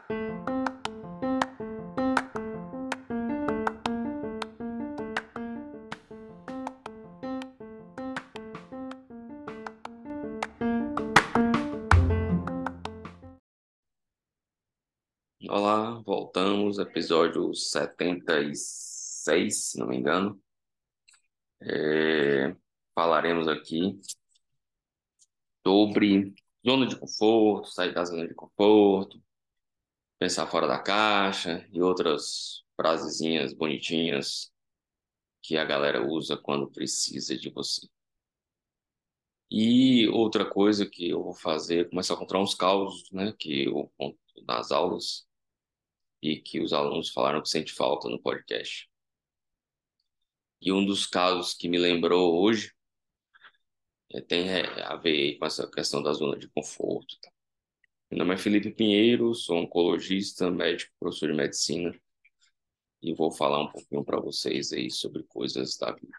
Olá, voltamos, episódio 76, se não me engano. Falaremos aqui sobre zona de conforto, sair da zona de conforto, pensar fora da caixa e outras frasezinhas bonitinhas que a galera usa quando precisa de você. E outra coisa que eu vou fazer é começar a encontrar uns causos, né, que eu conto nas aulas e que os alunos falaram que sente falta no podcast. E um dos casos que me lembrou hoje tem a ver aí com essa questão da zona de conforto. Tá? Meu nome é Felipe Pinheiro, sou oncologista, médico, professor de medicina e vou falar um pouquinho para vocês aí sobre coisas da vida.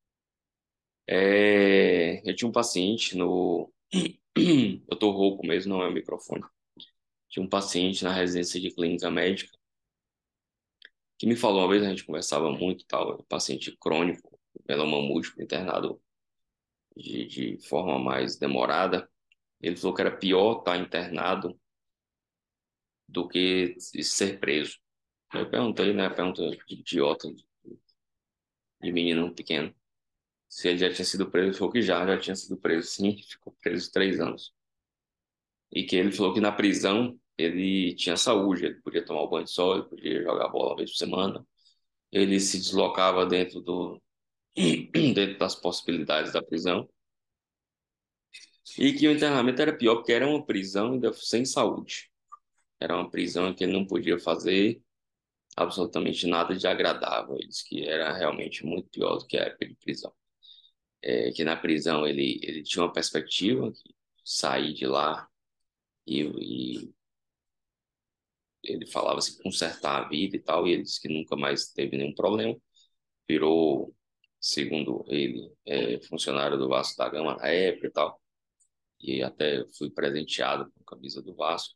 Eu tinha um paciente no. Eu tô rouco mesmo, não é o microfone. Tinha um paciente na residência de clínica médica que me falou uma vez, a gente conversava muito e tal, um paciente crônico, mieloma múltiplo, internado de forma mais demorada. Ele falou que era pior estar internado do que ser preso. Eu perguntei, né? Pergunta de idiota, de menino pequeno, se ele já tinha sido preso. Ele falou que já tinha sido preso, sim, ficou preso 3 anos. E que ele falou que na prisão ele tinha saúde, ele podia tomar o banho de sol, ele podia jogar bola uma vez por semana, ele se deslocava dentro das possibilidades da prisão. E que o internamento era pior, porque era uma prisão ainda sem saúde. Era uma prisão em que ele não podia fazer absolutamente nada de agradável. Ele disse que era realmente muito pior do que a época de prisão. Que na prisão ele tinha uma perspectiva de sair de lá e ele falava assim, consertar a vida e tal, e ele disse que nunca mais teve nenhum problema. Virou, segundo ele, funcionário do Vasco da Gama na época e tal, e até fui presenteado com a camisa do Vasco.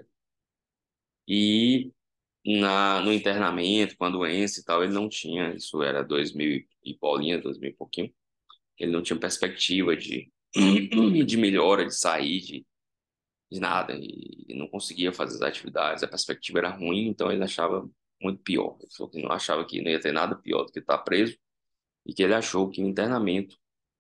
E no internamento, com a doença e tal, ele não tinha, isso era 2000 e bolinha, 2000 e pouquinho, ele não tinha perspectiva de melhora, de sair, de nada, e não conseguia fazer as atividades, a perspectiva era ruim, então ele achava muito pior. Ele falou que não achava que não ia ter nada pior do que estar preso, e que ele achou que o internamento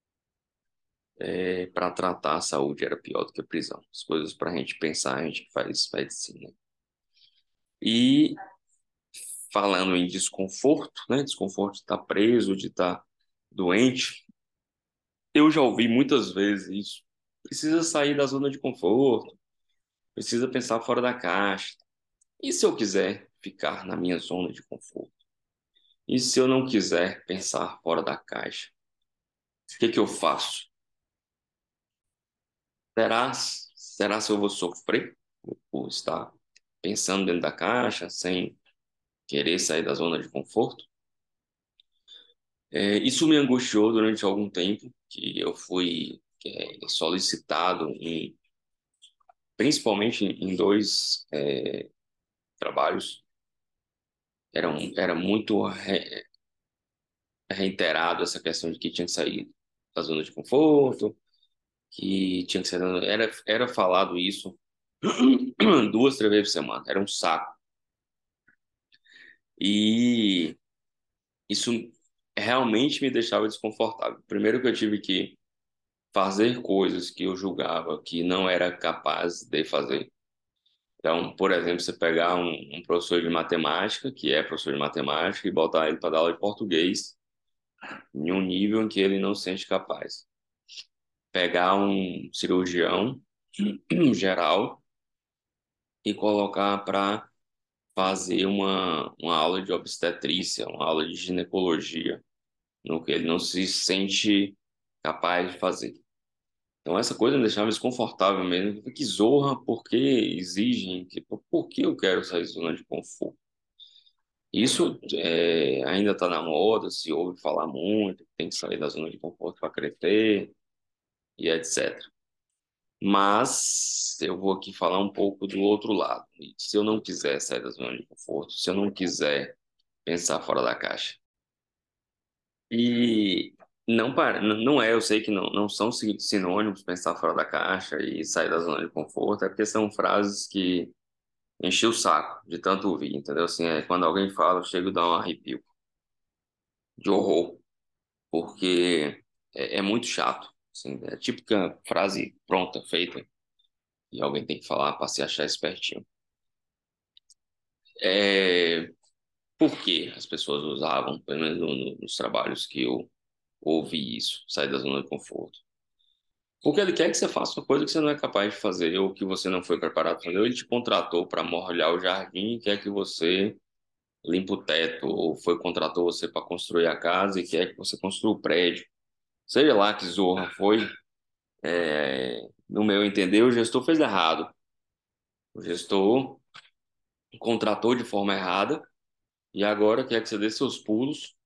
para tratar a saúde era pior do que a prisão. As coisas para a gente pensar, a gente que faz medicina. E falando em desconforto, né? Desconforto de estar preso, de estar doente, eu já ouvi muitas vezes isso. Precisa sair da zona de conforto, precisa pensar fora da caixa. E se eu quiser ficar na minha zona de conforto? E se eu não quiser pensar fora da caixa? O que que eu faço? Será se eu vou sofrer por estar pensando dentro da caixa, sem querer sair da zona de conforto? Isso me angustiou durante algum tempo, que eu fui solicitado, principalmente em dois trabalhos. Era muito reiterado essa questão de que tinha que sair da zona de conforto, que tinha que ser. Era falado isso 2, 3 vezes por semana. Era um saco. E isso realmente me deixava desconfortável. Primeiro que eu tive que fazer coisas que eu julgava que não era capaz de fazer. Então, por exemplo, você pegar um professor de matemática, que é professor de matemática, e botar ele para dar aula de português em um nível em que ele não se sente capaz. Pegar um cirurgião geral e colocar para fazer uma aula de obstetrícia, uma aula de ginecologia, no que ele não se sente capaz de fazer. Então, essa coisa me deixava desconfortável mesmo. Que zorra, porque exigem, por que eu quero sair da zona de conforto? Isso ainda está na moda, se ouve falar muito, tem que sair da zona de conforto para crescer e etc. Mas eu vou aqui falar um pouco do outro lado. E se eu não quiser sair da zona de conforto, se eu não quiser pensar fora da caixa. E não para, não é, eu sei que não são sinônimos pensar fora da caixa e sair da zona de conforto, é porque são frases que enchi o saco de tanto ouvir, entendeu? Assim, quando alguém fala, eu chego a dar um arrepio de horror, porque é muito chato. Assim, é a típica frase pronta, feita, e alguém tem que falar para se achar espertinho. É, por que as pessoas usavam, pelo menos nos trabalhos que eu ouvi isso, sair da zona de conforto? Porque ele quer que você faça uma coisa que você não é capaz de fazer, ou que você não foi preparado para fazer, ou ele te contratou para molhar o jardim e quer que você limpe o teto, ou contratou você para construir a casa e quer que você construa o prédio. Seja lá que zorra foi, no meu entender, o gestor fez errado. O gestor contratou de forma errada e agora quer que você dê seus pulos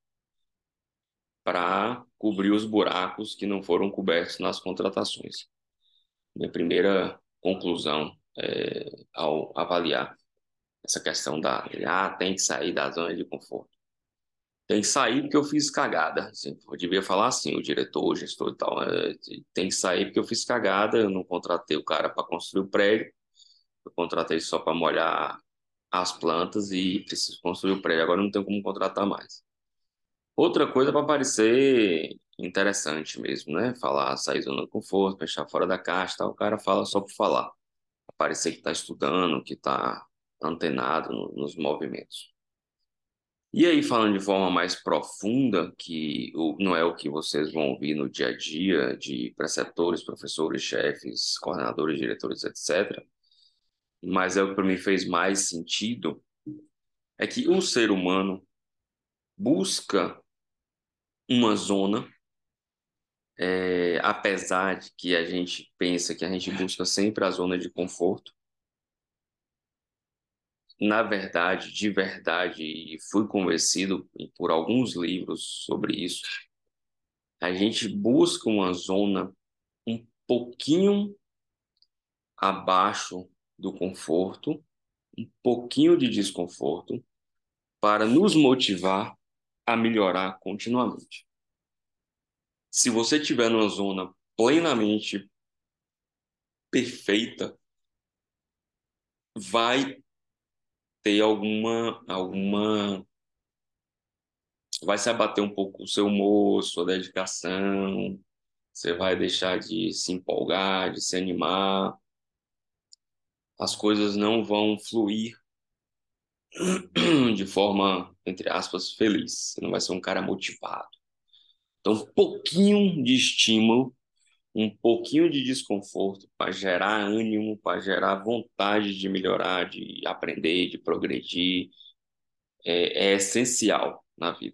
para cobrir os buracos que não foram cobertos nas contratações. Minha primeira conclusão ao avaliar essa questão tem que sair da zona de conforto. Tem que sair porque eu fiz cagada. Assim, eu devia falar assim, o diretor, o gestor e tal. Tem que sair porque eu fiz cagada, eu não contratei o cara para construir o prédio, eu contratei só para molhar as plantas e preciso construir o prédio. Agora não tenho como contratar mais. Outra coisa para parecer interessante mesmo, né? Falar, sair da zona de conforto, fechar fora da caixa, tal. O cara fala só por falar. Pra parecer que está estudando, que está antenado nos movimentos. E aí, falando de forma mais profunda, que não é o que vocês vão ouvir no dia a dia de preceptores, professores, chefes, coordenadores, diretores, etc., mas é o que para mim fez mais sentido, é que o ser humano busca uma zona, apesar de que a gente pensa que a gente busca sempre a zona de conforto. Na verdade, de verdade, e fui convencido por alguns livros sobre isso, a gente busca uma zona um pouquinho abaixo do conforto, um pouquinho de desconforto, para nos motivar a melhorar continuamente. Se você estiver numa zona plenamente perfeita, vai ter vai se abater um pouco o seu humor, sua dedicação, você vai deixar de se empolgar, de se animar, as coisas não vão fluir de forma, entre aspas, feliz. Você não vai ser um cara motivado. Então, um pouquinho de estímulo, um pouquinho de desconforto para gerar ânimo, para gerar vontade de melhorar, de aprender, de progredir, é essencial na vida.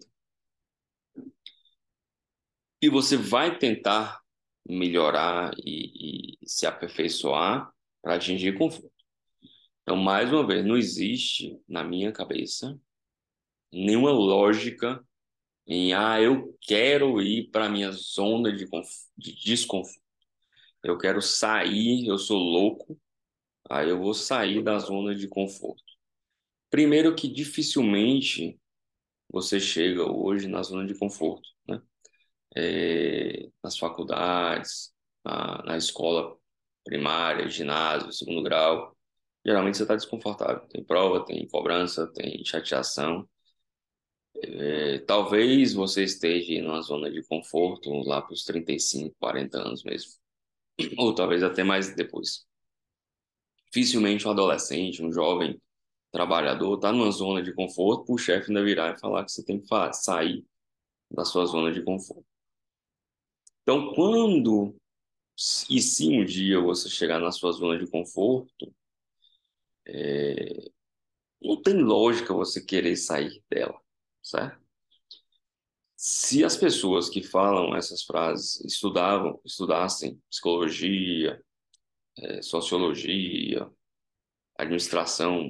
E você vai tentar melhorar e se aperfeiçoar para atingir conforto. Então, mais uma vez, não existe na minha cabeça nenhuma lógica eu quero ir para minha zona de desconforto. Eu quero sair, eu sou louco, aí eu vou sair da zona de conforto. Primeiro que dificilmente você chega hoje na zona de conforto, né? Nas faculdades, na escola primária, ginásio, segundo grau, geralmente você está desconfortável. Tem prova, tem cobrança, tem chateação. Talvez você esteja numa zona de conforto lá para os 35, 40 anos mesmo. Ou talvez até mais depois. Dificilmente um adolescente, um jovem trabalhador está numa zona de conforto para o chefe ainda virar e falar que você tem que sair da sua zona de conforto. Então, quando e se um dia você chegar na sua zona de conforto, não tem lógica você querer sair dela, certo? Se as pessoas que falam essas frases estudassem psicologia, sociologia, administração,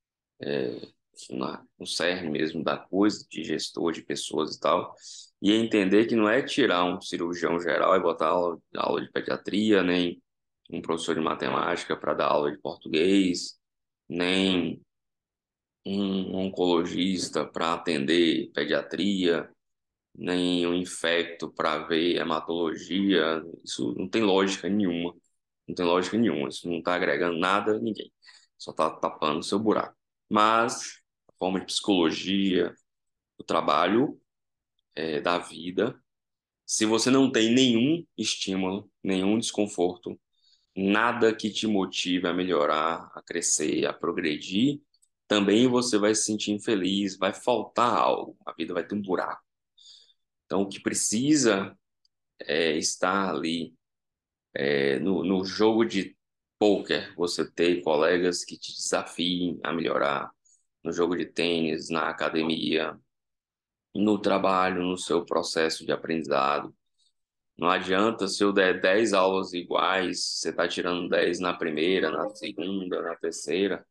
no cerne mesmo da coisa, de gestor de pessoas e tal, e entender que não é tirar um cirurgião geral e botar aula de pediatria, nem um professor de matemática para dar aula de português, nem um oncologista para atender pediatria, nem um infecto para ver hematologia. Isso não tem lógica nenhuma. Não tem lógica nenhuma. Isso não está agregando nada a ninguém. Só está tapando o seu buraco. Mas, a forma de psicologia, o trabalho da vida, se você não tem nenhum estímulo, nenhum desconforto, nada que te motive a melhorar, a crescer, a progredir, também você vai se sentir infeliz, vai faltar algo, a vida vai ter um buraco. Então, o que precisa é estar ali no jogo de pôquer, você ter colegas que te desafiem a melhorar, no jogo de tênis, na academia, no trabalho, no seu processo de aprendizado. Não adianta se eu der 10 aulas iguais, você está tirando 10 na primeira, na segunda, na terceira.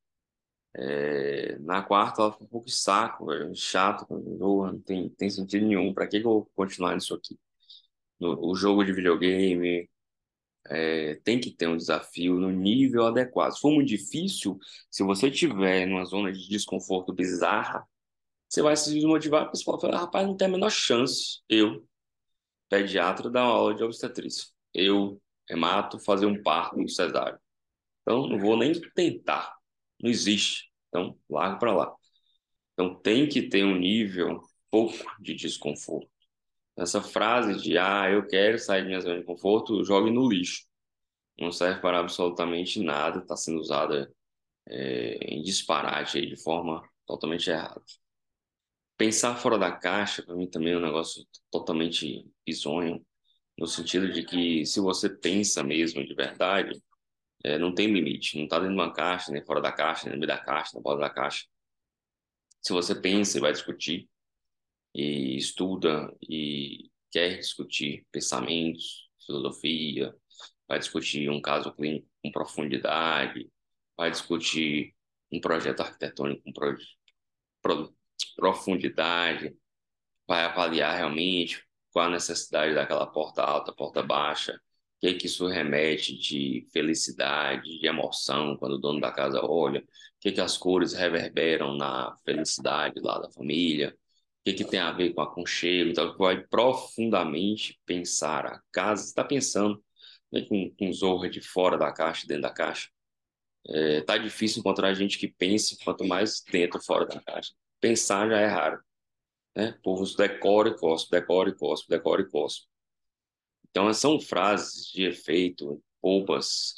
Na quarta, ela fica um pouco de saco, velho, chato, não tem sentido nenhum. Para que que eu vou continuar nisso aqui? O jogo de videogame tem que ter um desafio no nível adequado. Se for muito difícil, se você tiver numa zona de desconforto bizarra, você vai se desmotivar, porque você fala, rapaz, não tem a menor chance. Eu, pediatra, dar uma aula de obstetrícia. Eu, hemato, fazer um parto no cesárea. Então, não vou nem tentar. Não existe. Então, larga para lá. Então tem que ter um nível pouco de desconforto. Essa frase de eu quero sair da minha zona de conforto, jogue no lixo. Não serve para absolutamente nada, está sendo usada em disparate aí, de forma totalmente errada. Pensar fora da caixa, para mim, também é um negócio totalmente bizonho, no sentido de que se você pensa mesmo de verdade, não tem limite, não está dentro de uma caixa, nem fora da caixa, nem no meio da caixa, nem fora da caixa. Se você pensa e vai discutir, e estuda e quer discutir pensamentos, filosofia, vai discutir um caso clínico com profundidade, vai discutir um projeto arquitetônico com pro- profundidade, vai avaliar realmente qual a necessidade daquela porta alta, porta baixa, o que que isso remete de felicidade, de emoção quando o dono da casa olha, o que que as cores reverberam na felicidade lá da família, o que que tem a ver com aconchego, então vai profundamente pensar a casa, está pensando, né, com zorra de fora da caixa, dentro da caixa. Tá difícil encontrar gente que pense quanto mais dentro, fora da caixa. Pensar já é raro, né? O povo decora e cospe, decora e cospe, decora e cospe. Então, são frases de efeito, bobas,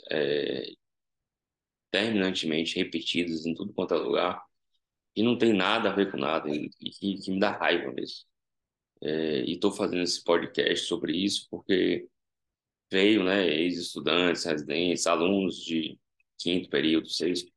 terminantemente repetidas em tudo quanto é lugar, e não tem nada a ver com nada, e que me dá raiva mesmo. E estou fazendo esse podcast sobre isso porque veio, né, ex-estudantes, residentes, alunos de quinto período, sexto.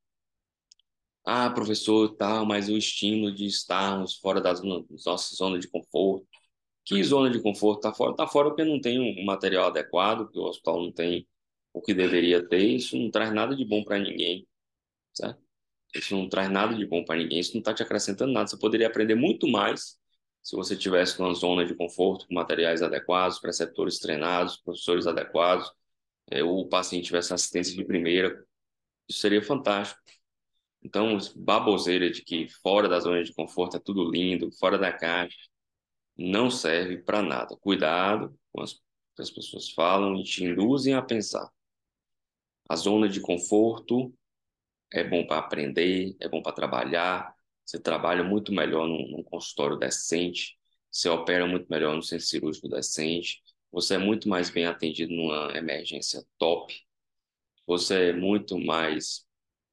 Professor, tal, mas o estímulo de estarmos fora da nossa zona de conforto. Que zona de conforto está fora? Está fora porque não tem um material adequado, porque o hospital não tem o que deveria ter. Isso não traz nada de bom para ninguém, certo? Isso não traz nada de bom para ninguém. Isso não está te acrescentando nada. Você poderia aprender muito mais se você tivesse uma zona de conforto, com materiais adequados, preceptores treinados, professores adequados, o paciente tivesse assistência de primeira. Isso seria fantástico. Então, baboseira de que fora da zona de conforto é tudo lindo, fora da caixa não serve para nada. Cuidado com as que as pessoas falam e te induzem a pensar. A zona de conforto é bom para aprender, é bom para trabalhar. Você trabalha muito melhor num consultório decente, você opera muito melhor no centro cirúrgico decente, você é muito mais bem atendido numa emergência top, você é muito mais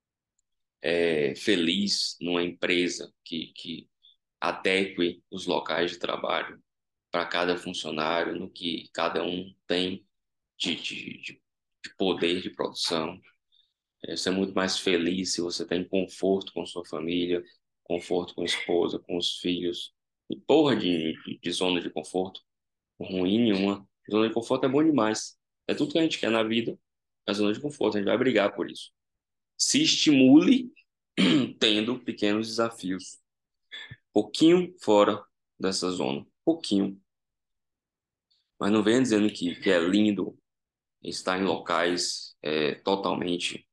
feliz numa empresa que adeque os locais de trabalho para cada funcionário, no que cada um tem de poder de produção. Você é muito mais feliz se você tem conforto com sua família, conforto com a esposa, com os filhos. E porra de zona de conforto, ruim nenhuma. Zona de conforto é bom demais. É tudo que a gente quer na vida, é zona de conforto. A gente vai brigar por isso. Se estimule tendo pequenos desafios. Pouquinho fora dessa zona. Pouquinho. Mas não venha dizendo que é lindo estar em locais totalmente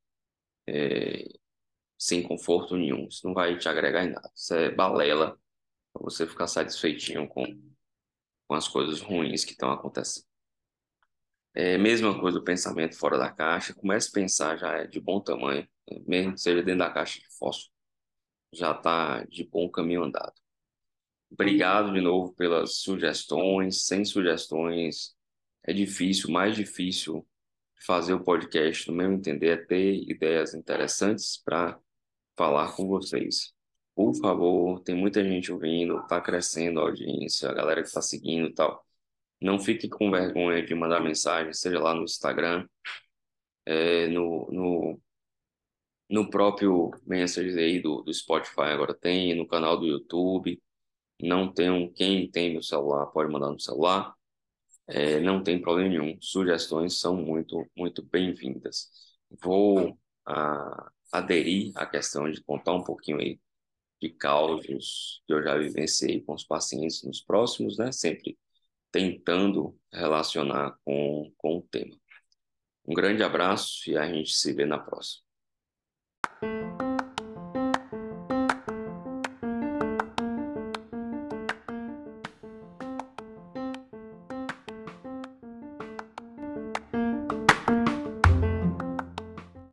sem conforto nenhum. Isso não vai te agregar em nada. Isso é balela para você ficar satisfeitinho com as coisas ruins que estão acontecendo. É, mesma coisa o pensamento fora da caixa. Comece a pensar já é de bom tamanho, mesmo que seja dentro da caixa de fósforo. Já está de bom caminho andado. Obrigado de novo pelas sugestões. Sem sugestões é difícil, mais difícil fazer o podcast, no meu entender, é ter ideias interessantes para falar com vocês. Por favor, tem muita gente ouvindo, está crescendo a audiência, a galera que está seguindo e tal. Não fique com vergonha de mandar mensagem, seja lá no Instagram, é, no próprio Messages aí do Spotify agora tem, no canal do YouTube. Não tem quem tem meu celular pode mandar no celular. Não tem problema nenhum. Sugestões são muito, muito bem-vindas. Vou aderir à questão de contar um pouquinho aí de causos que eu já vivenciei com os pacientes nos próximos, né? Sempre tentando relacionar com o tema. Um grande abraço e a gente se vê na próxima.